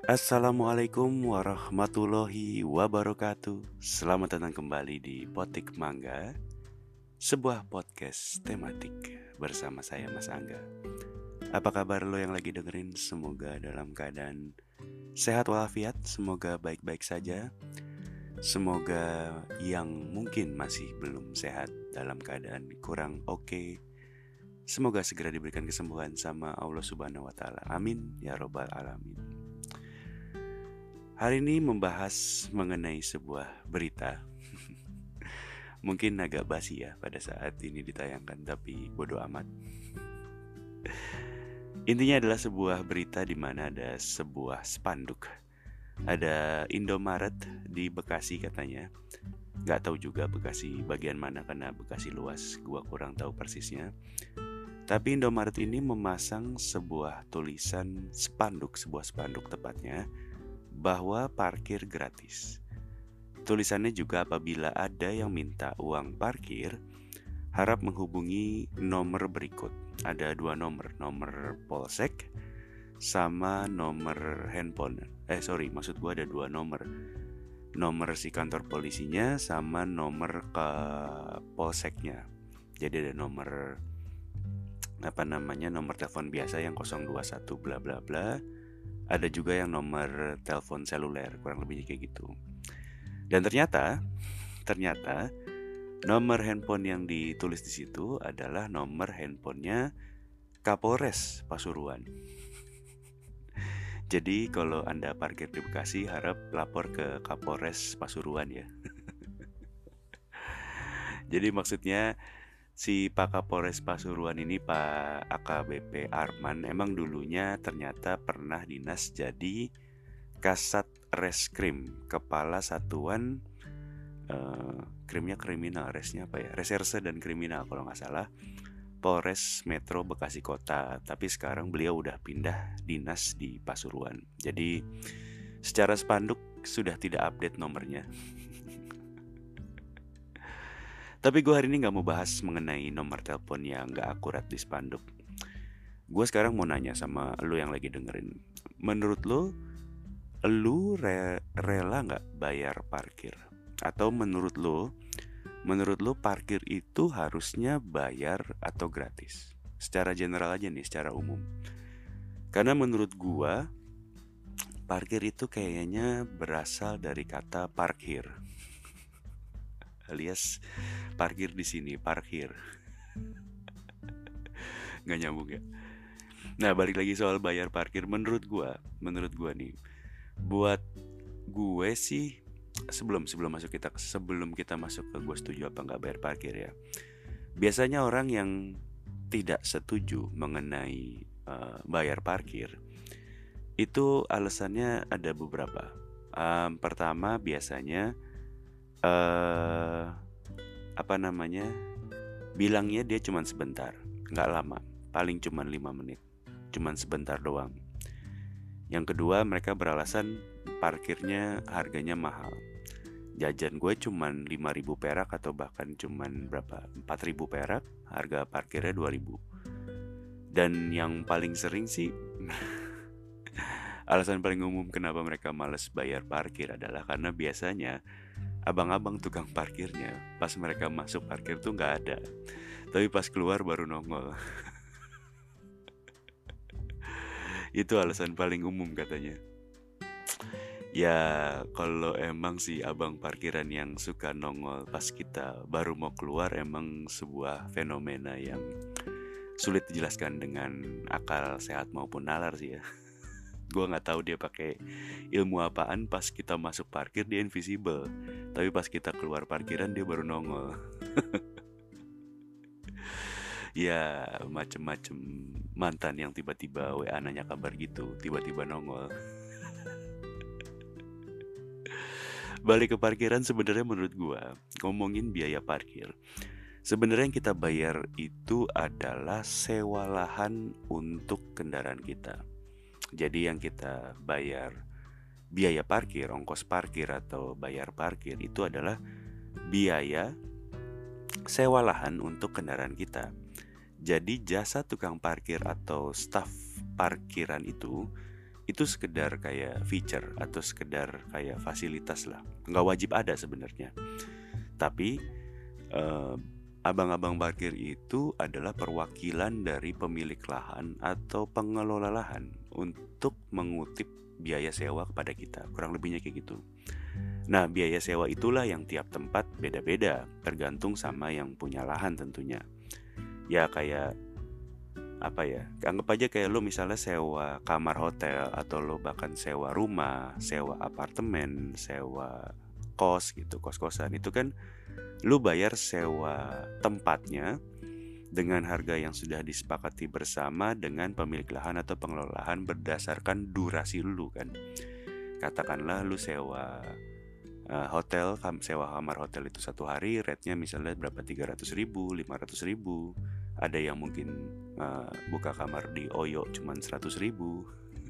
Assalamualaikum warahmatullahi wabarakatuh. Selamat datang kembali di Potik Mangga, sebuah podcast tematik bersama saya Mas Angga. Apa kabar lo yang lagi dengerin? Semoga dalam keadaan sehat walafiat, semoga baik-baik saja. Semoga yang mungkin masih belum sehat dalam keadaan kurang oke, semoga segera diberikan kesembuhan sama Allah Subhanahu wa taala. Amin ya robbal alamin. Hari ini membahas mengenai sebuah berita. Mungkin agak basi ya pada saat ini ditayangkan, tapi bodoh amat. Intinya adalah sebuah berita di mana ada sebuah spanduk. Ada Indomaret di Bekasi katanya. Gak tahu juga Bekasi bagian mana karena Bekasi luas, gua kurang tahu persisnya. Tapi Indomaret ini memasang sebuah tulisan spanduk, sebuah spanduk tepatnya, bahwa parkir gratis. Tulisannya juga apabila ada yang minta uang parkir, harap menghubungi nomor berikut. Ada dua nomor polsek sama nomor handphone. Maksud gue ada dua nomor. Nomor si kantor polisinya sama nomor ke polseknya. Jadi ada nomor nomor telepon biasa yang 021 bla bla bla. Ada juga yang nomor telepon seluler, kurang lebihnya kayak gitu. Dan ternyata nomor handphone yang ditulis di situ adalah nomor handphonenya Kapolres Pasuruan. Jadi kalau Anda parkir di Bekasi, harap lapor ke Kapolres Pasuruan ya. Jadi maksudnya si Pak Kapolres Pasuruan ini, Pak AKBP Arman, emang dulunya ternyata pernah dinas jadi Kasat Reskrim, Kepala Satuan krimnya kriminal, resnya apa ya? Reserse dan kriminal kalau nggak salah, Polres Metro Bekasi Kota. Tapi sekarang beliau udah pindah dinas di Pasuruan. Jadi secara spanduk sudah tidak update nomornya. Tapi gue hari ini gak mau bahas mengenai nomor telepon yang gak akurat di spanduk. Gue sekarang mau nanya sama lu yang lagi dengerin. Menurut lu rela gak bayar parkir? Atau menurut lu parkir itu harusnya bayar atau gratis? Secara general aja nih, secara umum. Karena menurut gue, parkir itu kayaknya berasal dari kata parkir, alias parkir di sini, parkir. Nggak nyambung ya. Nah, balik lagi soal bayar parkir. Menurut gua nih, buat gue sih sebelum kita masuk ke gue setuju apa nggak bayar parkir ya. Biasanya orang yang tidak setuju mengenai bayar parkir itu alasannya ada beberapa. Pertama biasanya bilangnya dia cuma sebentar, nggak lama, paling cuma 5 menit, cuma sebentar doang. Yang kedua, mereka beralasan parkirnya harganya mahal. Jajan gue cuma 5.000 perak atau bahkan cuma 4.000 perak, harga parkirnya 2.000. Dan yang paling sering sih alasan paling umum kenapa mereka malas bayar parkir adalah karena biasanya abang-abang tukang parkirnya pas mereka masuk parkir tuh nggak ada, tapi pas keluar baru nongol. Itu alasan paling umum katanya. Ya kalau emang sih abang parkiran yang suka nongol pas kita baru mau keluar emang sebuah fenomena yang sulit dijelaskan dengan akal sehat maupun nalar sih ya. Gue nggak tahu dia pakai ilmu apaan, pas kita masuk parkir dia invisible, tapi pas kita keluar parkiran dia baru nongol. Ya macem-macem mantan yang tiba-tiba WA nanya kabar gitu, tiba-tiba nongol. Balik ke parkiran, sebenarnya menurut gue, ngomongin biaya parkir, sebenarnya yang kita bayar itu adalah sewa lahan untuk kendaraan kita. Jadi yang kita bayar biaya parkir, ongkos parkir atau bayar parkir itu adalah biaya sewa lahan untuk kendaraan kita. Jadi jasa tukang parkir atau staf parkiran itu itu sekedar kayak feature atau sekedar kayak fasilitas lah, nggak wajib ada sebenarnya. Tapi abang-abang parkir itu adalah perwakilan dari pemilik lahan atau pengelola lahan untuk mengutip biaya sewa kepada kita, kurang lebihnya kayak gitu. Nah, biaya sewa itulah yang tiap tempat beda-beda, tergantung sama yang punya lahan tentunya. Ya kayak apa ya, anggap aja kayak lo misalnya sewa kamar hotel, atau lo bahkan sewa rumah, sewa apartemen, sewa kos gitu, kos-kosan. Itu kan lu bayar sewa tempatnya dengan harga yang sudah disepakati bersama dengan pemilik lahan atau pengelola lahan berdasarkan durasi lu kan. Katakanlah lu sewa hotel, sewa kamar hotel itu 1 hari, rate-nya misalnya berapa, 300.000, 500.000. Ada yang mungkin buka kamar di Oyo cuman 100.000.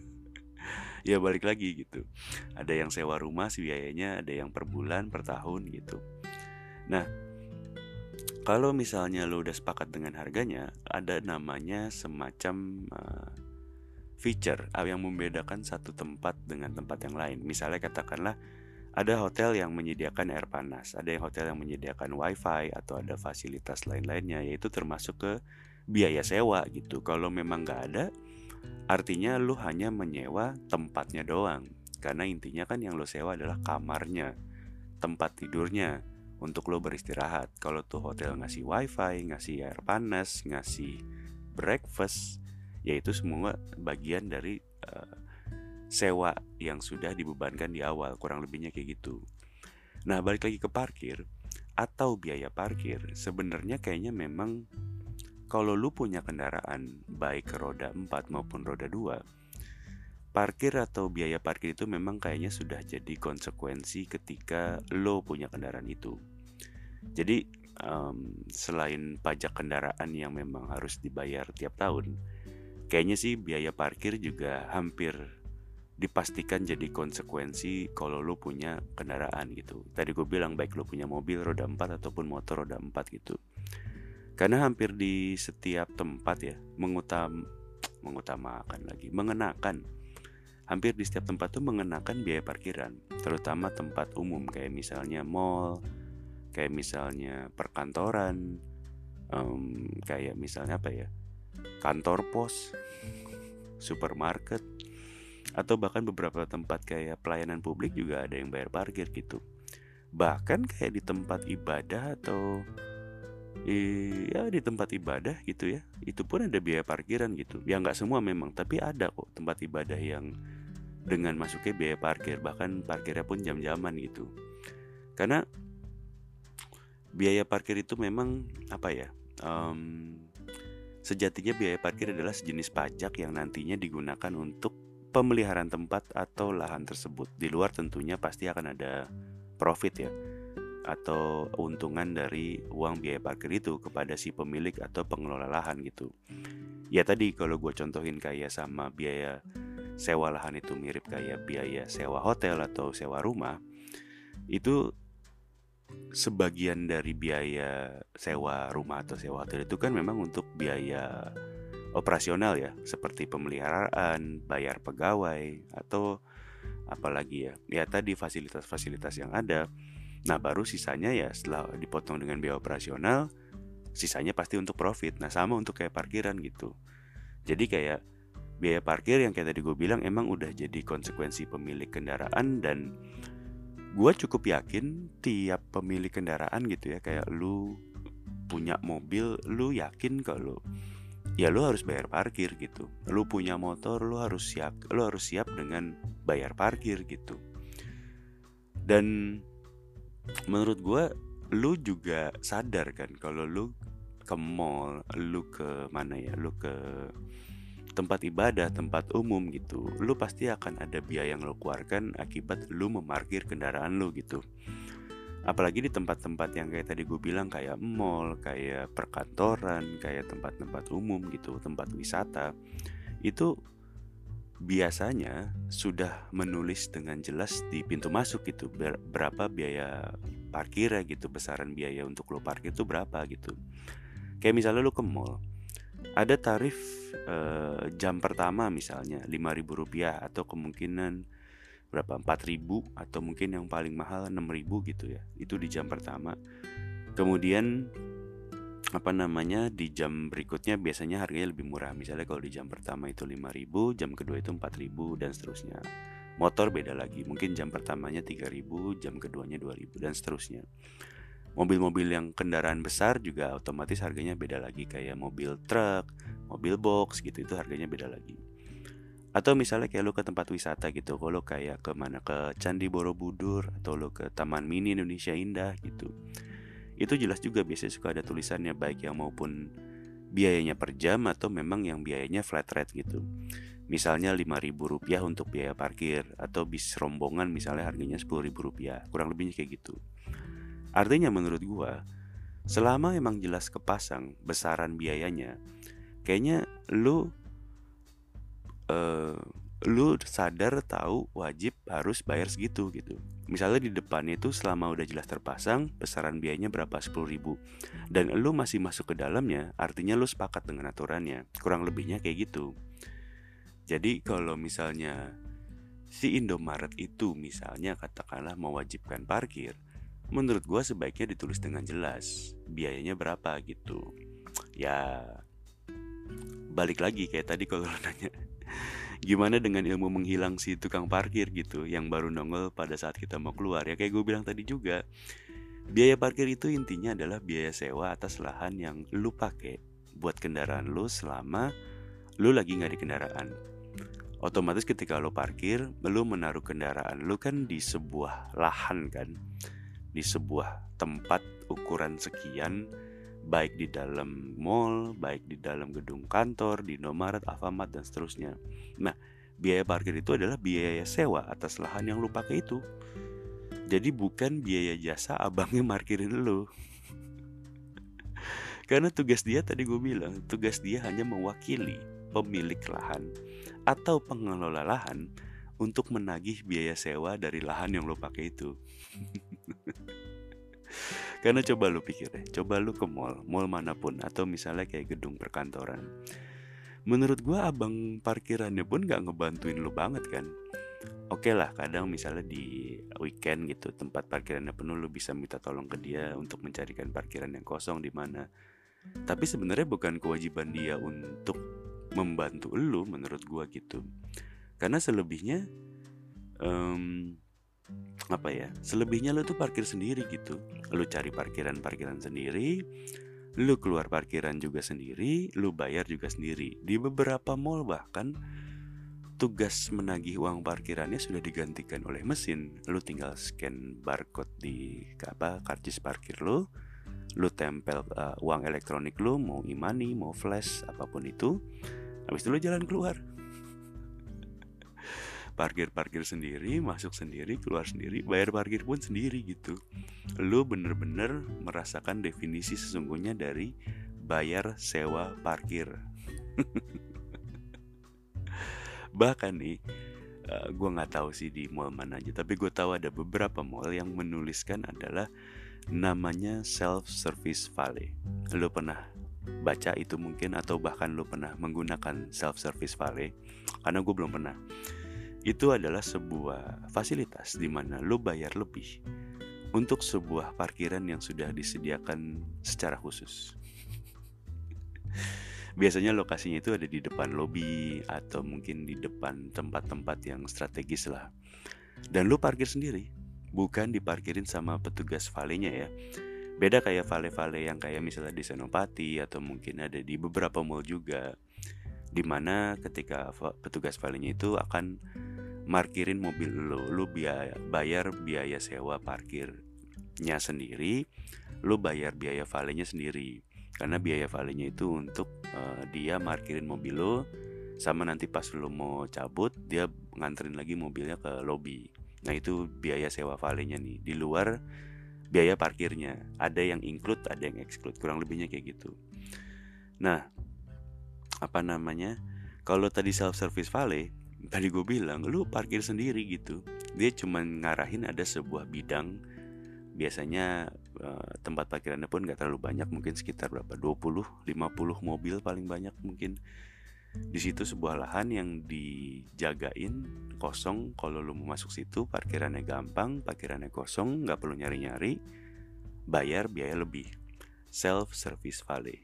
Ya balik lagi gitu. Ada yang sewa rumah sih biayanya, ada yang per bulan, per tahun gitu. Nah, kalau misalnya lo udah sepakat dengan harganya, ada namanya semacam feature yang membedakan satu tempat dengan tempat yang lain. Misalnya katakanlah ada hotel yang menyediakan air panas, ada yang hotel yang menyediakan wifi, atau ada fasilitas lain-lainnya, yaitu termasuk ke biaya sewa gitu. Kalau memang nggak ada, artinya lo hanya menyewa tempatnya doang. Karena intinya kan yang lo sewa adalah kamarnya, tempat tidurnya, untuk lo beristirahat. Kalau tuh hotel ngasih wifi, ngasih air panas, ngasih breakfast, yaitu semua bagian dari sewa yang sudah dibebankan di awal, kurang lebihnya kayak gitu. Nah, balik lagi ke parkir atau biaya parkir, sebenarnya kayaknya memang kalau lu punya kendaraan baik roda 4 maupun roda 2, parkir atau biaya parkir itu memang kayaknya sudah jadi konsekuensi ketika lo punya kendaraan itu. Jadi selain pajak kendaraan yang memang harus dibayar tiap tahun, kayaknya sih biaya parkir juga hampir dipastikan jadi konsekuensi kalau lo punya kendaraan gitu. Tadi gue bilang baik lo punya mobil roda 4 ataupun motor roda 4 gitu. Karena hampir di setiap tempat ya mengenakan hampir di setiap tempat tuh mengenakan biaya parkiran, terutama tempat umum kayak misalnya mall, kayak misalnya perkantoran, kayak misalnya apa ya, kantor pos, supermarket, atau bahkan beberapa tempat kayak pelayanan publik juga ada yang bayar parkir gitu. Bahkan kayak di tempat ibadah atau ya di tempat ibadah gitu ya, itu pun ada biaya parkiran gitu. Ya nggak semua memang, tapi ada kok tempat ibadah yang dengan masuknya biaya parkir, bahkan parkirnya pun jam-jaman gitu. Karena biaya parkir itu memang apa ya, sejatinya biaya parkir adalah sejenis pajak yang nantinya digunakan untuk pemeliharaan tempat atau lahan tersebut. Di luar tentunya pasti akan ada profit ya, atau keuntungan dari uang biaya parkir itu kepada si pemilik atau pengelola lahan gitu. Ya tadi kalau gue contohin kayak sama biaya sewa lahan itu mirip kayak biaya sewa hotel atau sewa rumah, itu sebagian dari biaya sewa rumah atau sewa hotel itu kan memang untuk biaya operasional ya, seperti pemeliharaan, bayar pegawai, atau apalagi ya tadi fasilitas-fasilitas yang ada. Nah baru sisanya ya setelah dipotong dengan biaya operasional, sisanya pasti untuk profit. Nah sama untuk kayak parkiran gitu. Jadi kayak biaya parkir yang kayak tadi gue bilang emang udah jadi konsekuensi pemilik kendaraan. Dan gue cukup yakin tiap pemilik kendaraan gitu ya, kayak lu punya mobil, lu yakin kalau ya lu harus bayar parkir gitu. Lu punya motor, lu harus siap dengan bayar parkir gitu. Dan menurut gue, lu juga sadar kan kalau lu ke mall, lu ke mana ya, lu ke tempat ibadah, tempat umum gitu, lu pasti akan ada biaya yang lu keluarkan akibat lu memarkir kendaraan lu gitu. Apalagi di tempat-tempat yang kayak tadi gue bilang, kayak mall, kayak perkantoran, kayak tempat-tempat umum gitu, tempat wisata, itu biasanya sudah menulis dengan jelas di pintu masuk gitu berapa biaya parkirnya gitu, besaran biaya untuk lo parkir itu berapa gitu. Kayak misalnya lo ke mall, Ada tarif jam pertama misalnya Rp5.000 atau kemungkinan berapa 4.000 atau mungkin yang paling mahal 6.000 gitu ya. Itu di jam pertama. Kemudian di jam berikutnya biasanya harganya lebih murah. Misalnya kalau di jam pertama itu 5.000, jam kedua itu 4.000 dan seterusnya. Motor beda lagi, mungkin jam pertamanya 3.000, jam keduanya 2.000 dan seterusnya. Mobil-mobil yang kendaraan besar juga otomatis harganya beda lagi, kayak mobil truk, mobil box gitu, itu harganya beda lagi. Atau misalnya kayak lo ke tempat wisata gitu, kalau kayak ke Candi Borobudur atau lo ke Taman Mini Indonesia Indah gitu, itu jelas juga biasanya suka ada tulisannya, baik yang maupun biayanya per jam atau memang yang biayanya flat rate gitu. Misalnya Rp5.000 untuk biaya parkir, atau bis rombongan misalnya harganya Rp10.000, kurang lebihnya kayak gitu. Artinya menurut gua, selama emang jelas kepasang besaran biayanya, kayaknya lu sadar tahu wajib harus bayar segitu gitu. Misalnya di depannya itu selama udah jelas terpasang besaran biayanya berapa 10.000 dan lu masih masuk ke dalamnya, artinya lu sepakat dengan aturannya. Kurang lebihnya kayak gitu. Jadi kalau misalnya si Indomaret itu misalnya katakanlah mewajibkan parkir, menurut gua sebaiknya ditulis dengan jelas biayanya berapa gitu. Ya balik lagi kayak tadi kalau nanya gimana dengan ilmu menghilang si tukang parkir gitu yang baru nongol pada saat kita mau keluar. Ya kayak gue bilang tadi juga, biaya parkir itu intinya adalah biaya sewa atas lahan yang lu pakai buat kendaraan lu selama lu lagi gak di kendaraan. Otomatis ketika lu parkir, lu menaruh kendaraan lu kan di sebuah lahan kan, di sebuah tempat ukuran sekian, baik di dalam mall, baik di dalam gedung kantor, di Indomaret, Alfamart dan seterusnya. Nah, biaya parkir itu adalah biaya sewa atas lahan yang lu pakai itu. Jadi bukan biaya jasa abangnya markirin lu. Karena tugas dia tadi gue bilang, tugas dia hanya mewakili pemilik lahan atau pengelola lahan untuk menagih biaya sewa dari lahan yang lo pakai itu. Karena coba lu pikir deh, coba lu ke mall manapun atau misalnya kayak gedung perkantoran. Menurut gua abang parkirannya pun gak ngebantuin lu banget kan. Oke lah, kadang misalnya di weekend gitu tempat parkirannya penuh, lu bisa minta tolong ke dia untuk mencarikan parkiran yang kosong di mana. Tapi sebenarnya bukan kewajiban dia untuk membantu lu menurut gua gitu. Karena selebihnya selebihnya lu tuh parkir sendiri gitu. Lu cari parkiran sendiri, lu keluar parkiran juga sendiri, lu bayar juga sendiri. Di beberapa mall bahkan tugas menagih uang parkirannya sudah digantikan oleh mesin. Lu tinggal scan barcode di karcis parkir lu tempel uang elektronik lu, mau e-money, mau flash, apapun itu. Habis itu lu jalan keluar. Parkir sendiri, masuk sendiri, keluar sendiri, bayar parkir pun sendiri gitu. Lu bener-bener merasakan definisi sesungguhnya dari bayar sewa parkir. Bahkan nih, gue nggak tahu sih di mall mana aja, tapi gue tahu ada beberapa mall yang menuliskan adalah namanya self-service valet. Lu pernah baca itu mungkin, atau bahkan lu pernah menggunakan self-service valet? Karena gue belum pernah. Itu adalah sebuah fasilitas di mana lu bayar lebih untuk sebuah parkiran yang sudah disediakan secara khusus. Biasanya lokasinya itu ada di depan lobi atau mungkin di depan tempat-tempat yang strategis lah. Dan lu parkir sendiri, bukan diparkirin sama petugas valenya ya. Beda kayak vale-vale yang kayak misalnya di Senopati atau mungkin ada di beberapa mall juga, dimana ketika petugas valenya itu akan markirin mobil lu bayar biaya sewa parkirnya sendiri, lu bayar biaya valenya sendiri. Karena biaya valenya itu untuk dia markirin mobil lu, sama nanti pas lu mau cabut dia nganterin lagi mobilnya ke lobi. Nah itu biaya sewa valenya nih, di luar biaya parkirnya. Ada yang include, ada yang exclude, kurang lebihnya kayak gitu. Nah, kalau tadi self-service valet, tadi gue bilang lu parkir sendiri gitu. Dia cuma ngarahin ada sebuah bidang biasanya tempat parkirannya pun gak terlalu banyak, mungkin sekitar berapa, 20-50 mobil paling banyak mungkin. Di situ sebuah lahan yang dijagain kosong. Kalau lu mau masuk situ, parkirannya gampang, parkirannya kosong, gak perlu nyari-nyari, bayar biaya lebih. Self-service valet.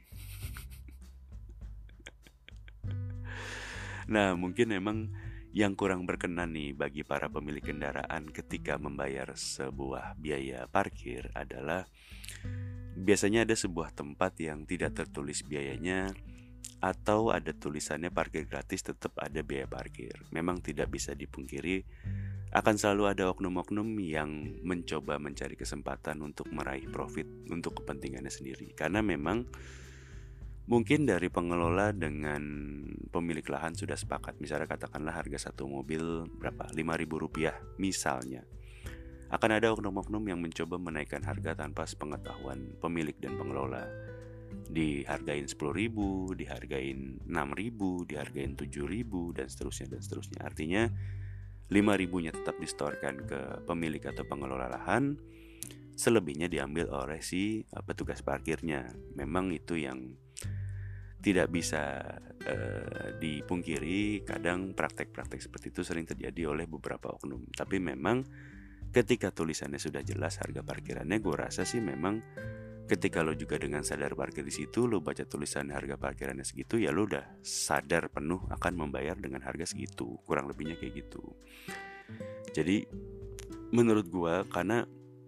Nah, mungkin memang yang kurang berkenan nih bagi para pemilik kendaraan ketika membayar sebuah biaya parkir adalah biasanya ada sebuah tempat yang tidak tertulis biayanya, atau ada tulisannya parkir gratis tetap ada biaya parkir. Memang tidak bisa dipungkiri akan selalu ada oknum-oknum yang mencoba mencari kesempatan untuk meraih profit untuk kepentingannya sendiri. Karena memang mungkin dari pengelola dengan pemilik lahan sudah sepakat, misalnya katakanlah harga satu mobil berapa, Rp5.000 misalnya. Akan ada oknum-oknum yang mencoba menaikkan harga tanpa sepengetahuan pemilik dan pengelola. Dihargain 10.000, dihargain 6.000, dihargain 7.000, dan seterusnya. Artinya 5.000-nya tetap disetorkan ke pemilik atau pengelola lahan, selebihnya diambil oleh si petugas parkirnya. Memang itu yang tidak bisa dipungkiri, kadang praktek-praktek seperti itu sering terjadi oleh beberapa oknum. Tapi memang ketika tulisannya sudah jelas harga parkirannya, gue rasa sih memang ketika lo juga dengan sadar parkir di situ, lo baca tulisan harga parkirannya segitu, ya lo udah sadar penuh akan membayar dengan harga segitu. Kurang lebihnya kayak gitu. Jadi menurut gue, karena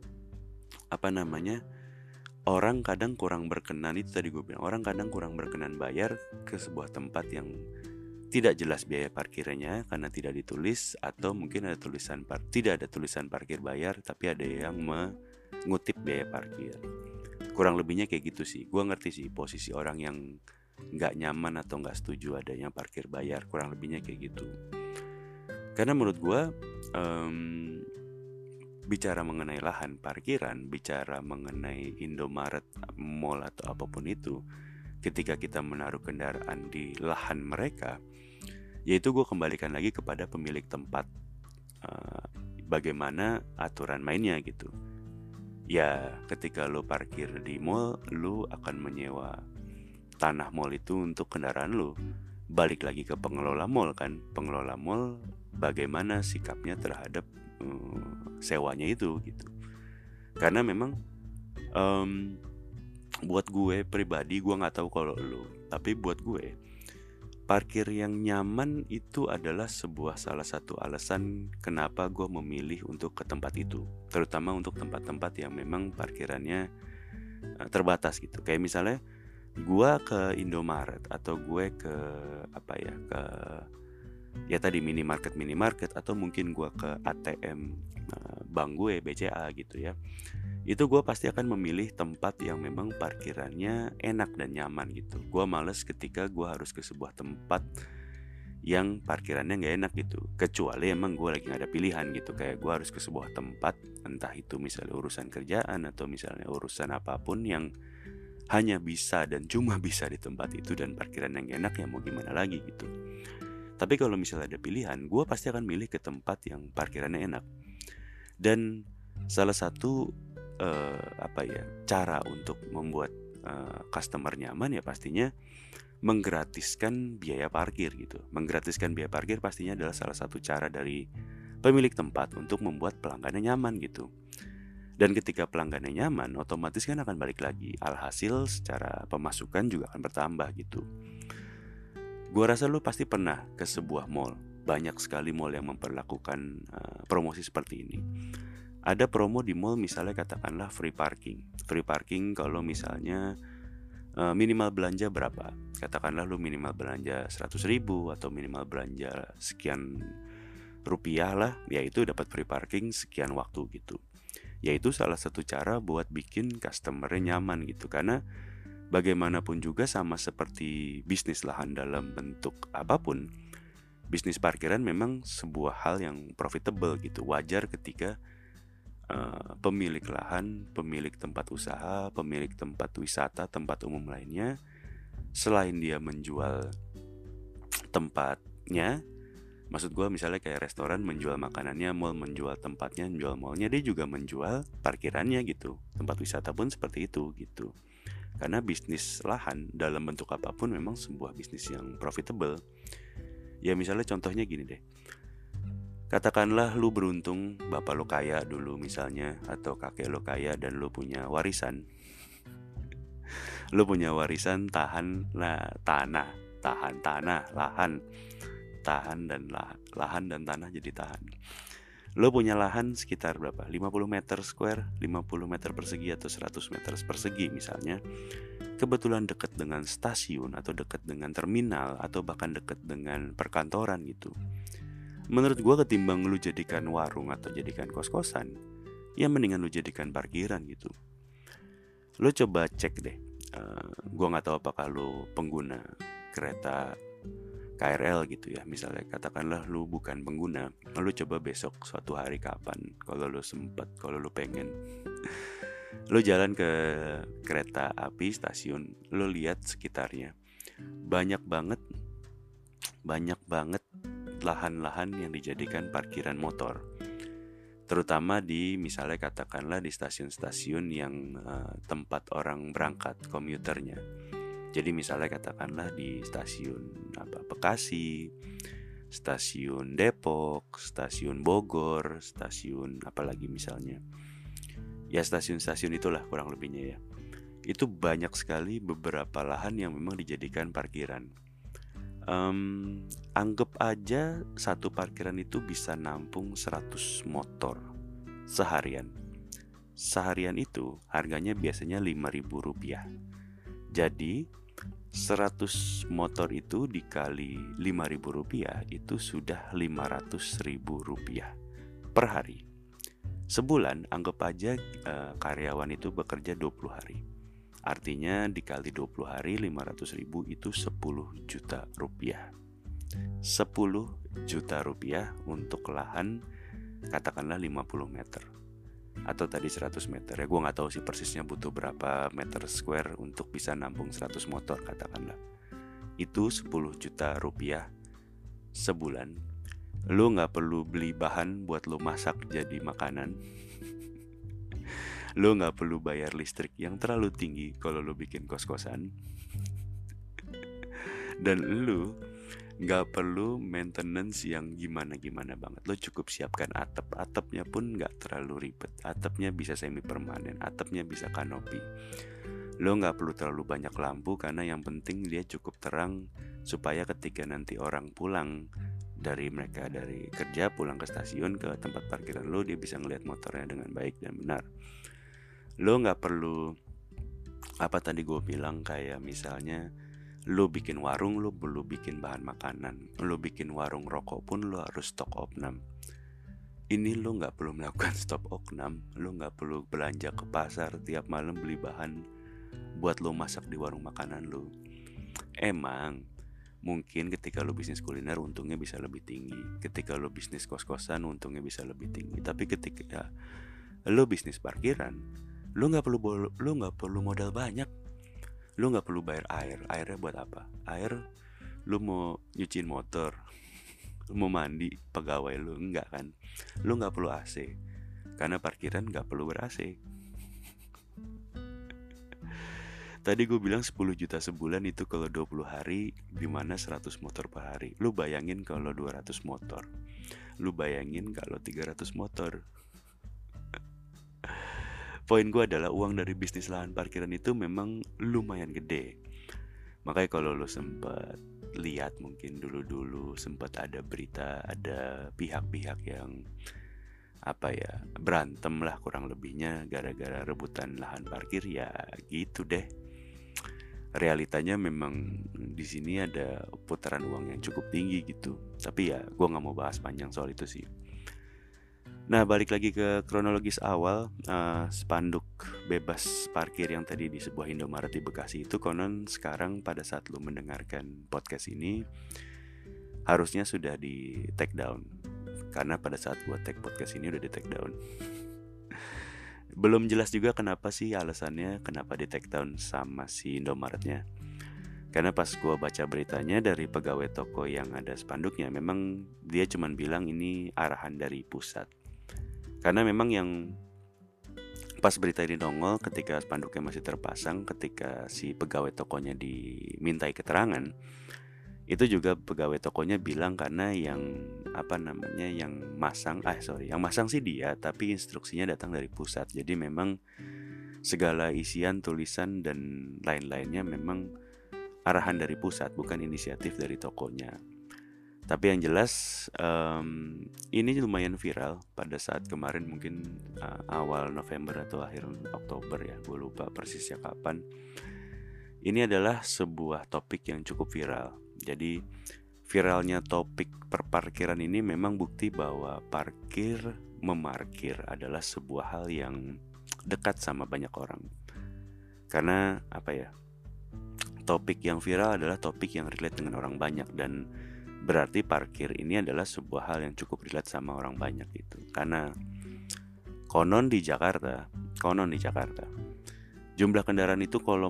orang kadang kurang berkenan, itu tadi gue bilang, orang kadang kurang berkenan bayar ke sebuah tempat yang tidak jelas biaya parkirnya karena tidak ditulis, atau mungkin ada tidak ada tulisan parkir bayar tapi ada yang mengutip biaya parkir. Kurang lebihnya kayak gitu sih. Gue ngerti sih posisi orang yang gak nyaman atau gak setuju adanya parkir bayar. Kurang lebihnya kayak gitu. Karena menurut gue bicara mengenai lahan parkiran, bicara mengenai Indomaret, mall atau apapun itu, ketika kita menaruh kendaraan di lahan mereka, yaitu gue kembalikan lagi kepada pemilik tempat, bagaimana aturan mainnya gitu. Ya ketika lo parkir di mall, lo akan menyewa tanah mall itu untuk kendaraan lo. Balik lagi ke pengelola mall kan, pengelola mall bagaimana sikapnya terhadap sewanya itu gitu. Karena memang buat gue pribadi, gue nggak tahu kalau lo, tapi buat gue parkir yang nyaman itu adalah salah satu alasan kenapa gue memilih untuk ke tempat itu, terutama untuk tempat-tempat yang memang parkirannya terbatas gitu. Kayak misalnya gue ke Indomaret atau gue ke tadi minimarket, atau mungkin gue ke ATM bank gue BCA gitu ya, itu gue pasti akan memilih tempat yang memang parkirannya enak dan nyaman gitu. Gue males ketika gue harus ke sebuah tempat yang parkirannya gak enak gitu, kecuali emang gue lagi gak ada pilihan gitu. Kayak gue harus ke sebuah tempat, entah itu misalnya urusan kerjaan atau misalnya urusan apapun yang hanya bisa dan cuma bisa di tempat itu dan parkiran yang gak enak, ya mau gimana lagi gitu. Tapi kalau misalnya ada pilihan, gue pasti akan milih ke tempat yang parkirannya enak. Dan salah satu cara untuk membuat customer nyaman ya pastinya menggratiskan biaya parkir gitu. Menggratiskan biaya parkir pastinya adalah salah satu cara dari pemilik tempat untuk membuat pelanggannya nyaman gitu. Dan ketika pelanggannya nyaman, otomatis kan akan balik lagi. Alhasil secara pemasukan juga akan bertambah gitu. Gue rasa lu pasti pernah ke sebuah mall. Banyak sekali mall yang memperlakukan promosi seperti ini. Ada promo di mall misalnya katakanlah free parking. Free parking kalau misalnya minimal belanja berapa. Katakanlah lu minimal belanja 100.000 atau minimal belanja sekian rupiah lah, yaitu dapat free parking sekian waktu gitu. Yaitu salah satu cara buat bikin customer-nya nyaman gitu. Karena bagaimanapun juga sama seperti bisnis lahan dalam bentuk apapun, bisnis parkiran memang sebuah hal yang profitable gitu. Wajar ketika pemilik lahan, pemilik tempat usaha, pemilik tempat wisata, tempat umum lainnya, selain dia menjual tempatnya, Maksud gue misalnya kayak restoran menjual makanannya, mall menjual tempatnya, menjual mallnya, dia juga menjual parkirannya gitu. Tempat wisata pun seperti itu gitu. Karena bisnis lahan dalam bentuk apapun memang sebuah bisnis yang profitable. Ya misalnya contohnya gini deh. Katakanlah lu beruntung bapak lu kaya dulu misalnya, atau kakek lu kaya dan lu punya warisan. Lu punya warisan lahan, lahan dan tanah jadi tahan. Lo punya lahan sekitar berapa? 50 meter square, 50 meter persegi atau 100 meter persegi misalnya. Kebetulan dekat dengan stasiun atau dekat dengan terminal atau bahkan dekat dengan perkantoran gitu. Menurut gua ketimbang lu jadikan warung atau jadikan kos-kosan, ya mendingan lu jadikan parkiran gitu. Lo coba cek deh. Gua nggak tahu apakah lo pengguna kereta KRL gitu ya, misalnya katakanlah lu bukan pengguna, lu coba besok suatu hari kapan, kalau lu sempet, kalau lu pengen, lu jalan ke kereta api stasiun, lu lihat sekitarnya, banyak banget lahan-lahan yang dijadikan parkiran motor, terutama di misalnya katakanlah di stasiun-stasiun yang tempat orang berangkat komuternya. Jadi misalnya katakanlah di stasiun Bekasi, stasiun Depok, stasiun Bogor, stasiun apalagi misalnya. Ya stasiun-stasiun itulah kurang lebihnya ya. Itu banyak sekali beberapa lahan yang memang dijadikan parkiran. Anggap aja satu parkiran itu bisa nampung 100 motor seharian. Seharian itu harganya biasanya Rp5.000. Jadi 100 motor itu dikali Rp5.000 itu sudah Rp500.000 per hari. Sebulan anggap aja karyawan itu bekerja 20 hari. Artinya dikali 20 hari 500.000 itu 10 juta rupiah. 10 juta rupiah untuk lahan katakanlah 50 meter atau tadi 100 meter ya, gue gak tahu sih persisnya butuh berapa meter square untuk bisa nampung 100 motor katakanlah. Itu 10 juta rupiah sebulan. Lu gak perlu beli bahan buat lu masak jadi makanan. Lu gak perlu bayar listrik yang terlalu tinggi kalau lu bikin kos-kosan. Dan lu gak perlu maintenance yang gimana-gimana banget. Lo cukup siapkan atap. Atapnya pun gak terlalu ribet. Atapnya bisa semi permanen, atapnya bisa kanopi. Lo gak perlu terlalu banyak lampu, karena yang penting dia cukup terang supaya ketika nanti orang pulang dari kerja, pulang ke stasiun, ke tempat parkiran lo, dia bisa ngelihat motornya dengan baik dan benar. Lo gak perlu apa tadi gue bilang, kayak misalnya lu bikin warung, lu perlu bikin bahan makanan. Lu bikin warung rokok pun lu harus stok opnam. Ini lu gak perlu melakukan stok opnam. Lu gak perlu belanja ke pasar tiap malam beli bahan buat lu masak di warung makanan lu. Emang mungkin ketika lu bisnis kuliner untungnya bisa lebih tinggi, ketika lu bisnis kos-kosan untungnya bisa lebih tinggi. Tapi ketika lu bisnis parkiran, lu gak perlu modal banyak. Lu gak perlu bayar air. Airnya buat apa? Air lu mau nyuciin motor, lu mau mandi pegawai lu, enggak kan? Lu gak perlu AC, karena parkiran gak perlu ber-AC. Tadi gue bilang 10 juta sebulan itu kalau 20 hari, dimana 100 motor per hari. Lu bayangin kalau 200 motor, lu bayangin kalau 300 motor. Poin gue adalah uang dari bisnis lahan parkiran itu memang lumayan gede. Makanya kalau lo sempat lihat, mungkin dulu sempat ada berita, ada pihak-pihak yang berantem lah kurang lebihnya gara-gara rebutan lahan parkir, ya gitu deh. Realitanya memang di sini ada putaran uang yang cukup tinggi gitu. Tapi ya gue nggak mau bahas panjang soal itu sih. Nah, balik lagi ke kronologis awal, spanduk bebas parkir yang tadi di sebuah Indomaret di Bekasi itu konon sekarang pada saat lu mendengarkan podcast ini harusnya sudah di take down. Karena pada saat gua take podcast ini udah di take down. Belum jelas juga kenapa sih alasannya, kenapa di take down sama si Indomaretnya. Karena pas gue baca beritanya dari pegawai toko yang ada spanduknya, memang dia cuman bilang ini arahan dari pusat. Karena memang yang pas berita ini nongol, ketika spanduknya masih terpasang, ketika si pegawai tokonya dimintai keterangan, itu juga pegawai tokonya bilang karena yang masang sih dia, tapi instruksinya datang dari pusat. Jadi memang segala isian, tulisan dan lain-lainnya memang arahan dari pusat, bukan inisiatif dari tokonya. Tapi yang jelas ini lumayan viral pada saat kemarin, mungkin awal November atau akhir Oktober ya, gue lupa persisnya kapan. Ini adalah sebuah topik yang cukup viral. Jadi viralnya topik perparkiran ini memang bukti bahwa memarkir adalah sebuah hal yang dekat sama banyak orang. Karena topik yang viral adalah topik yang relate dengan orang banyak, dan berarti parkir ini adalah sebuah hal yang cukup relate sama orang banyak gitu. Karena konon di Jakarta jumlah kendaraan itu kalau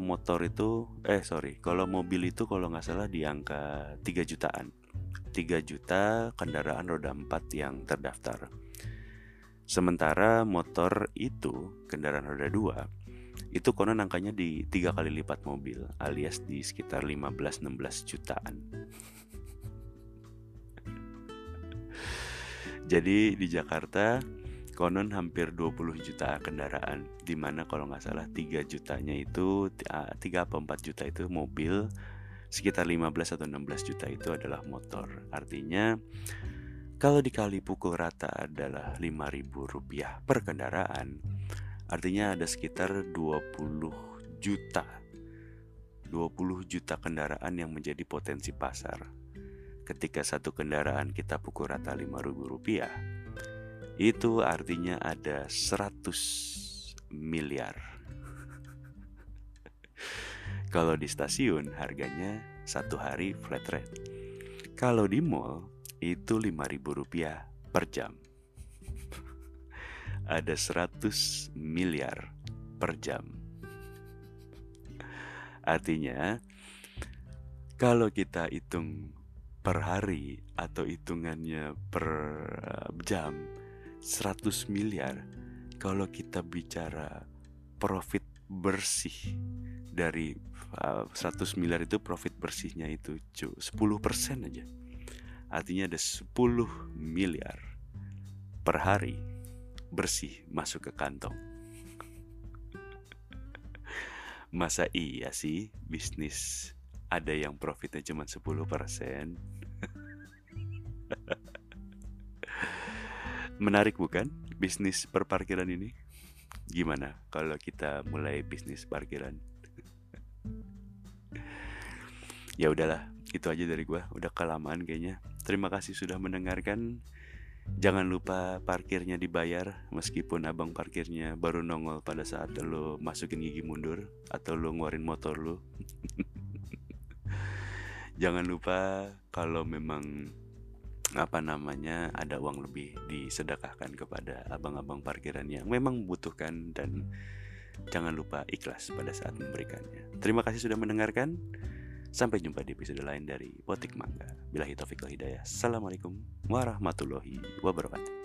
mobil itu kalau nggak salah di angka 3 jutaan. 3 juta kendaraan roda 4 yang terdaftar. Sementara motor itu, kendaraan roda 2, itu konon angkanya di 3 kali lipat mobil, alias di sekitar 15-16 jutaan. Jadi di Jakarta konon hampir 20 juta kendaraan, dimana kalau nggak salah 3 jutanya itu 3 atau 4 juta itu mobil, sekitar 15 atau 16 juta itu adalah motor. Artinya kalau dikali pukul rata adalah Rp5.000 per kendaraan, artinya ada sekitar 20 juta kendaraan yang menjadi potensi pasar. Ketika satu kendaraan kita pukul rata Rp5.000, itu artinya ada 100 miliar. Kalau di stasiun harganya satu hari flat rate. Kalau di mall itu Rp5.000 per jam. Ada 100 miliar per jam. Artinya kalau kita hitung per hari atau hitungannya per jam, 100 miliar. Kalau kita bicara profit bersih dari 100 miliar itu, profit bersihnya itu 10% aja. Artinya ada 10 miliar per hari bersih masuk ke kantong. Masa iya sih bisnis ada yang profitnya cuma 10%? Menarik bukan bisnis perparkiran ini? Gimana kalau kita mulai bisnis parkiran? Ya udahlah, itu aja dari gua, udah kelamaan kayaknya. Terima kasih sudah mendengarkan. Jangan lupa parkirnya dibayar, meskipun abang parkirnya baru nongol pada saat lo masukin gigi mundur atau lo ngeluarin motor lo. Jangan lupa kalau memang ada uang lebih, disedekahkan kepada abang-abang parkiran yang memang membutuhkan, dan jangan lupa ikhlas pada saat memberikannya. Terima kasih sudah mendengarkan. Sampai jumpa di episode lain dari Potik Mangga. Billahi taufiq wal hidayah. Assalamualaikum warahmatullahi wabarakatuh.